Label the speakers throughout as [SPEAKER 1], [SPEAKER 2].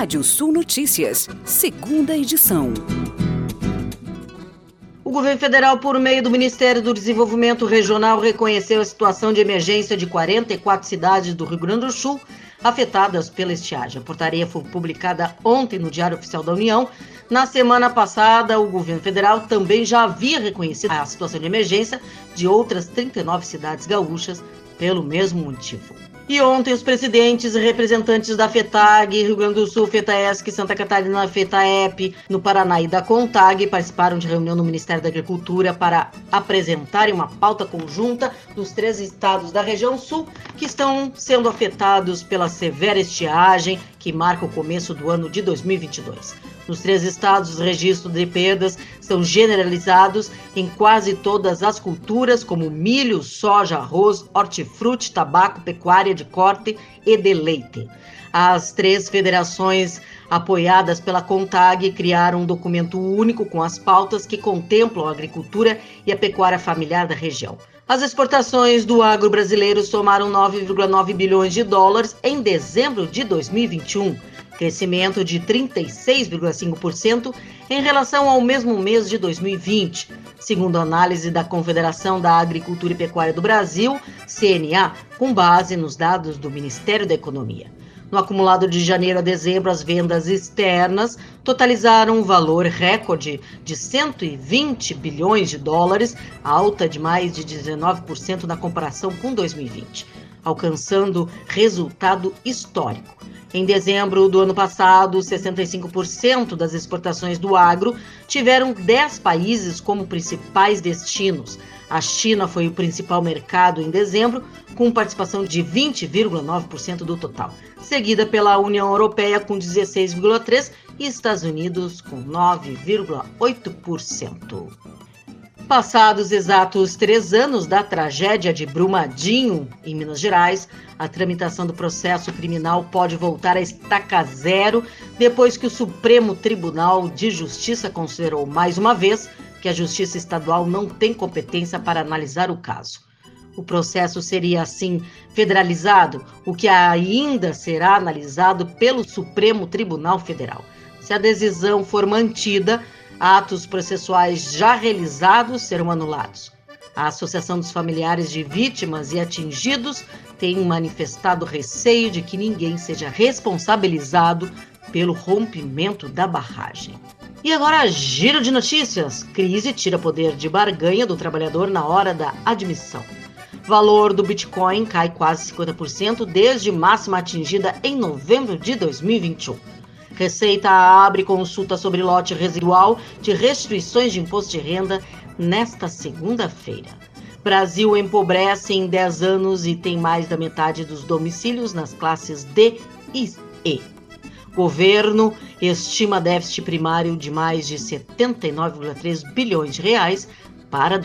[SPEAKER 1] Rádio Sul Notícias, segunda edição.
[SPEAKER 2] O governo federal, por meio do Ministério do Desenvolvimento Regional, reconheceu a situação de emergência de 44 cidades do Rio Grande do Sul afetadas pela estiagem. A portaria foi publicada ontem no Diário Oficial da União. Na semana passada, o governo federal também já havia reconhecido a situação de emergência de outras 39 cidades gaúchas pelo mesmo motivo. E ontem, os presidentes e representantes da FETAG, Rio Grande do Sul, FETAESC, Santa Catarina, FETAEP, no Paraná e da CONTAG participaram de reunião no Ministério da Agricultura para apresentarem uma pauta conjunta dos 3 estados da região sul que estão sendo afetados pela severa estiagem que marca o começo do ano de 2022. Nos 3 estados, os registros de perdas são generalizados em quase todas as culturas, como milho, soja, arroz, hortifruti, tabaco, pecuária de corte e de leite. As 3 federações apoiadas pela CONTAG criaram um documento único com as pautas que contemplam a agricultura e a pecuária familiar da região. As exportações do agro brasileiro somaram 9,9 bilhões de dólares em dezembro de 2021, crescimento de 36,5% em relação ao mesmo mês de 2020, segundo a análise da Confederação da Agricultura e Pecuária do Brasil, CNA, com base nos dados do Ministério da Economia. No acumulado de janeiro a dezembro, as vendas externas totalizaram um valor recorde de 120 bilhões de dólares, alta de mais de 19% na comparação com 2020, alcançando resultado histórico. Em dezembro do ano passado, 65% das exportações do agro tiveram 10 países como principais destinos. A China foi o principal mercado em dezembro, com participação de 20,9% do total, seguida pela União Europeia com 16,3% e Estados Unidos com 9,8%. Passados exatos 3 anos da tragédia de Brumadinho, em Minas Gerais, a tramitação do processo criminal pode voltar a estaca zero depois que o Supremo Tribunal de Justiça considerou mais uma vez que a Justiça Estadual não tem competência para analisar o caso. O processo seria, assim, federalizado, o que ainda será analisado pelo Supremo Tribunal Federal. Se a decisão for mantida, atos processuais já realizados serão anulados. A Associação dos Familiares de Vítimas e Atingidos tem manifestado receio de que ninguém seja responsabilizado pelo rompimento da barragem. E agora, giro de notícias. Crise tira poder de barganha do trabalhador na hora da admissão. Valor do Bitcoin cai quase 50% desde máxima atingida em novembro de 2021. Receita abre consulta sobre lote residual de restituições de imposto de renda nesta segunda-feira. Brasil empobrece em 10 anos e tem mais da metade dos domicílios nas classes D e E. Governo estima déficit primário de mais de 79,3 bilhões de reais para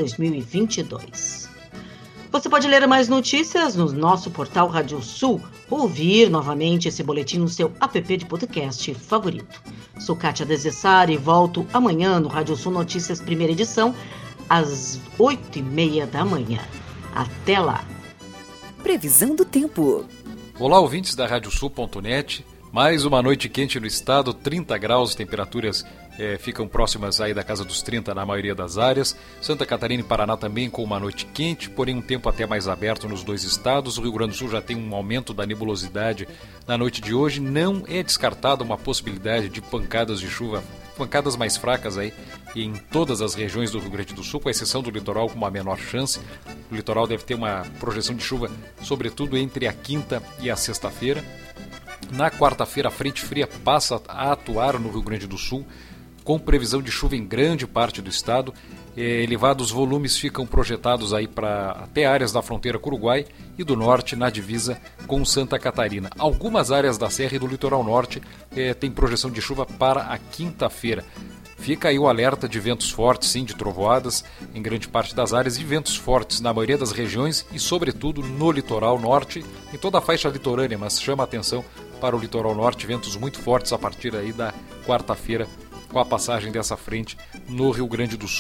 [SPEAKER 2] 2022. Você pode ler mais notícias no nosso portal Rádio Sul, ou ouvir novamente esse boletim no seu app de podcast favorito. Sou Kátia Desessar e volto amanhã no Rádio Sul Notícias, primeira edição, às 8h30 da manhã. Até lá!
[SPEAKER 1] Previsão do tempo.
[SPEAKER 3] Olá, ouvintes da radiosul.net. Mais uma noite quente no estado, 30 graus, temperaturas ficam próximas aí da casa dos 30 na maioria das áreas. Santa Catarina e Paraná também com uma noite quente, porém um tempo até mais aberto nos 2 estados. O Rio Grande do Sul já tem um aumento da nebulosidade na noite de hoje. Não é descartada uma possibilidade de pancadas de chuva, pancadas mais fracas aí em todas as regiões do Rio Grande do Sul, com exceção do litoral com uma menor chance. O litoral deve ter uma projeção de chuva, sobretudo entre a quinta e a sexta-feira. Na quarta-feira, a frente fria passa a atuar no Rio Grande do Sul, com previsão de chuva em grande parte do estado. Elevados volumes ficam projetados aí para até áreas da fronteira com o Uruguai e do norte, na divisa com Santa Catarina. Algumas áreas da serra e do litoral norte têm projeção de chuva para a quinta-feira. Fica aí o alerta de ventos fortes, sim, de trovoadas em grande parte das áreas e ventos fortes na maioria das regiões e, sobretudo, no litoral norte, em toda a faixa litorânea, mas chama a atenção para o litoral norte, ventos muito fortes a partir aí da quarta-feira, com a passagem dessa frente no Rio Grande do Sul.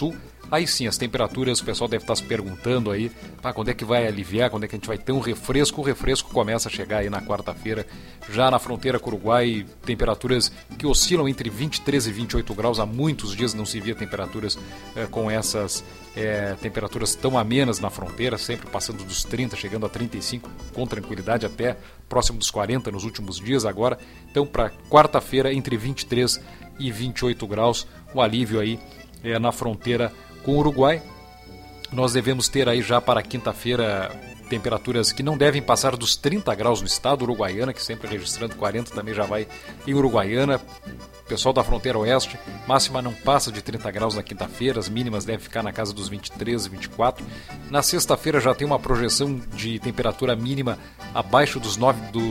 [SPEAKER 3] Aí sim, as temperaturas, o pessoal deve estar se perguntando aí, quando é que vai aliviar, quando é que a gente vai ter um refresco? O refresco começa a chegar aí na quarta-feira, já na fronteira com o Uruguai, temperaturas que oscilam entre 23 e 28 graus. Há muitos dias não se via temperaturas com essas temperaturas tão amenas na fronteira, sempre passando dos 30, chegando a 35, com tranquilidade, até próximo dos 40 nos últimos dias agora. Então, para quarta-feira, entre 23 e 28 graus, o alívio aí na fronteira com o Uruguai. Nós devemos ter aí já para quinta-feira temperaturas que não devem passar dos 30 graus no estado. Uruguaiana, que sempre registrando 40, também já vai em Uruguaiana. Pessoal da fronteira oeste, máxima não passa de 30 graus na quinta-feira, as mínimas devem ficar na casa dos 23 e 24. Na sexta-feira já tem uma projeção de temperatura mínima abaixo dos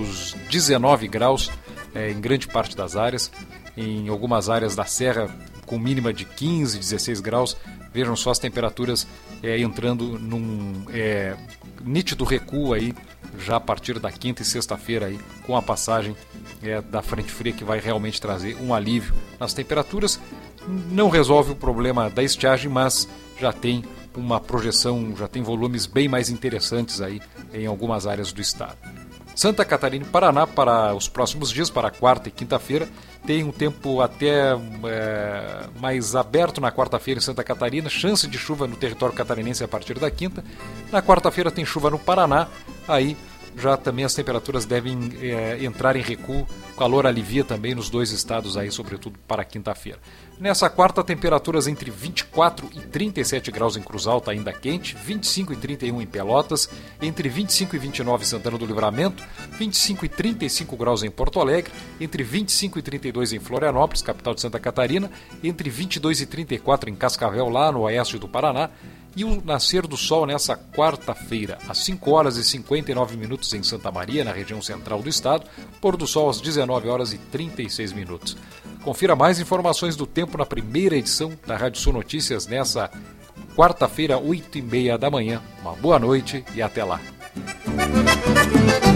[SPEAKER 3] 19 graus em grande parte das áreas. Em algumas áreas da serra com mínima de 15, 16 graus. Vejam só as temperaturas entrando num nítido recuo aí, já a partir da quinta e sexta-feira aí, com a passagem da frente fria, que vai realmente trazer um alívio nas temperaturas. Não resolve o problema da estiagem, mas já tem uma projeção, já tem volumes bem mais interessantes aí em algumas áreas do estado. Santa Catarina e Paraná, para os próximos dias, para quarta e quinta-feira, tem um tempo até mais aberto na quarta-feira em Santa Catarina, chance de chuva no território catarinense a partir da quinta. Na quarta-feira tem chuva no Paraná, aí já também as temperaturas devem entrar em recuo, o calor alivia também nos dois estados aí, sobretudo para quinta-feira. Nessa quarta, temperaturas entre 24 e 37 graus em Cruz Alta, ainda quente, 25 e 31 em Pelotas, entre 25 e 29 em Santana do Livramento, 25 e 35 graus em Porto Alegre, entre 25 e 32 em Florianópolis, capital de Santa Catarina, entre 22 e 34 em Cascavel, lá no oeste do Paraná. E o nascer do sol nessa quarta-feira, às 5 horas e 59 minutos em Santa Maria, na região central do estado, pôr do sol às 19 horas e 36 minutos. Confira mais informações do tempo na primeira edição da Rádio Sul Notícias nessa quarta-feira, 8h30 da manhã. Uma boa noite e até lá.